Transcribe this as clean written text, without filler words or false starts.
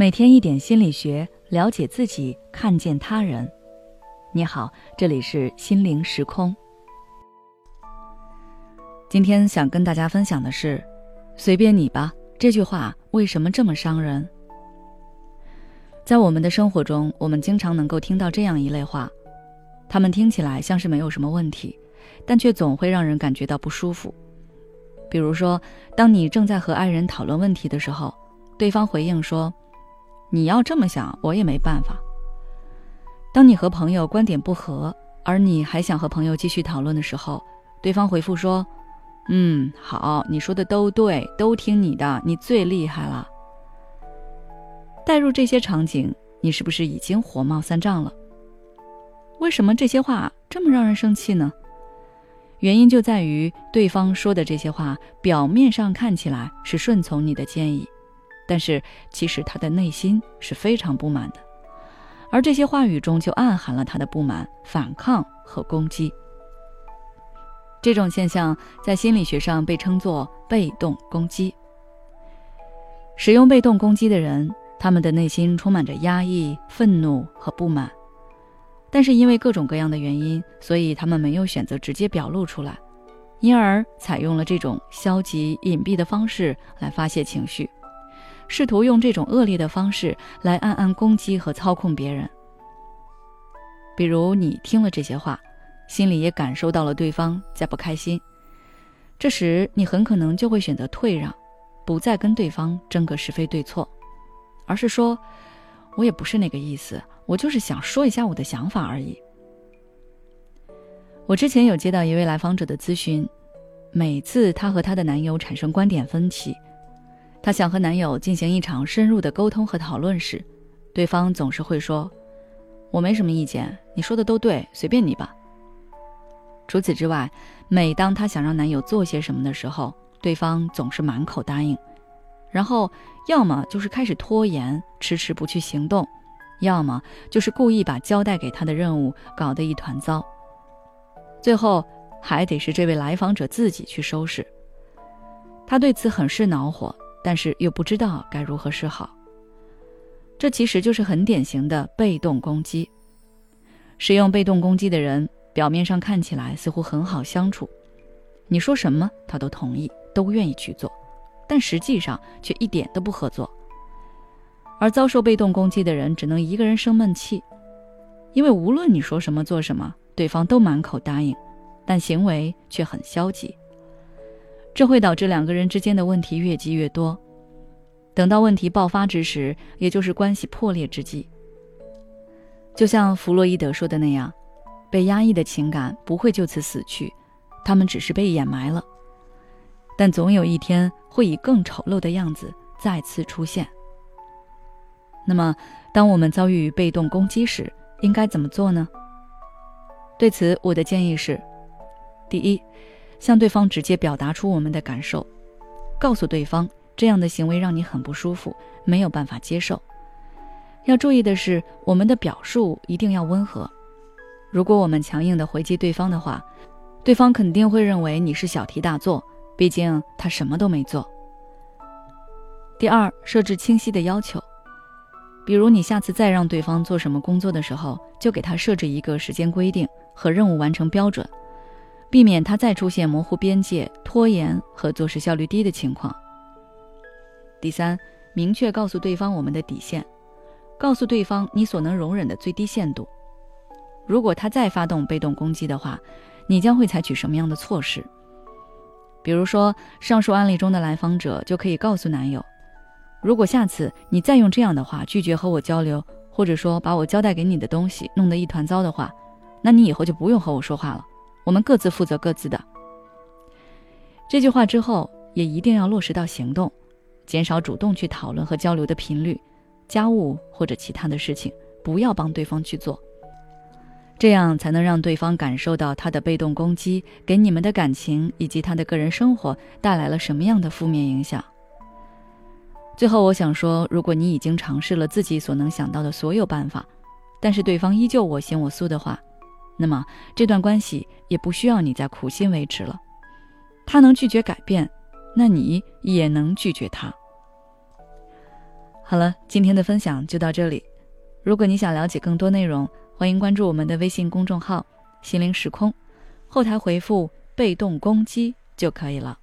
每天一点心理学，了解自己，看见他人。你好，这里是心灵时空。今天想跟大家分享的是，随便你吧，这句话为什么这么伤人？在我们的生活中，我们经常能够听到这样一类话，它们听起来像是没有什么问题，但却总会让人感觉到不舒服。比如说，当你正在和爱人讨论问题的时候，对方回应说，你要这么想，我也没办法。当你和朋友观点不合，而你还想和朋友继续讨论的时候，对方回复说，好，你说的都对，都听你的，你最厉害了。带入这些场景，你是不是已经火冒三丈了？为什么这些话这么让人生气呢？原因就在于对方说的这些话表面上看起来是顺从你的建议，但是其实他的内心是非常不满的，而这些话语中就暗含了他的不满、反抗和攻击。这种现象在心理学上被称作被动攻击。使用被动攻击的人，他们的内心充满着压抑、愤怒和不满，但是因为各种各样的原因，所以他们没有选择直接表露出来，因而采用了这种消极隐蔽的方式来发泄情绪，试图用这种恶劣的方式来暗暗攻击和操控别人。比如你听了这些话，心里也感受到了对方在不开心，这时你很可能就会选择退让，不再跟对方争个是非对错，而是说，我也不是那个意思，我就是想说一下我的想法而已。我之前有接到一位来访者的咨询，每次她和她的男友产生观点分歧，她想和男友进行一场深入的沟通和讨论时，对方总是会说，我没什么意见，你说的都对，随便你吧。除此之外，每当她想让男友做些什么的时候，对方总是满口答应，然后要么就是开始拖延，迟迟不去行动，要么就是故意把交代给他的任务搞得一团糟，最后还得是这位来访者自己去收拾。他对此很是恼火，但是又不知道该如何是好。这其实就是很典型的被动攻击。使用被动攻击的人，表面上看起来似乎很好相处，你说什么他都同意，都愿意去做，但实际上却一点都不合作。而遭受被动攻击的人只能一个人生闷气，因为无论你说什么做什么，对方都满口答应，但行为却很消极。这会导致两个人之间的问题越积越多，等到问题爆发之时，也就是关系破裂之际。就像弗洛伊德说的那样，被压抑的情感不会就此死去，它们只是被掩埋了，但总有一天会以更丑陋的样子再次出现。那么当我们遭遇被动攻击时，应该怎么做呢？对此我的建议是，第一，向对方直接表达出我们的感受，告诉对方这样的行为让你很不舒服，没有办法接受。要注意的是，我们的表述一定要温和。如果我们强硬地回击对方的话，对方肯定会认为你是小题大做，毕竟他什么都没做。第二，设置清晰的要求。比如你下次再让对方做什么工作的时候，就给他设置一个时间规定和任务完成标准，避免他再出现模糊边界、拖延和做事效率低的情况。第三，明确告诉对方我们的底线，告诉对方你所能容忍的最低限度。如果他再发动被动攻击的话，你将会采取什么样的措施？比如说，上述案例中的来访者就可以告诉男友，如果下次你再用这样的话拒绝和我交流，或者说把我交代给你的东西弄得一团糟的话，那你以后就不用和我说话了，我们各自负责各自的。这句话之后也一定要落实到行动，减少主动去讨论和交流的频率，家务或者其他的事情不要帮对方去做，这样才能让对方感受到他的被动攻击给你们的感情以及他的个人生活带来了什么样的负面影响。最后我想说，如果你已经尝试了自己所能想到的所有办法，但是对方依旧我行我素的话，那么这段关系也不需要你再苦心维持了。他能拒绝改变，那你也能拒绝他。 好了，今天的分享就到这里。如果你想了解更多内容，欢迎关注我们的微信公众号心灵时空，后台回复被动攻击就可以了。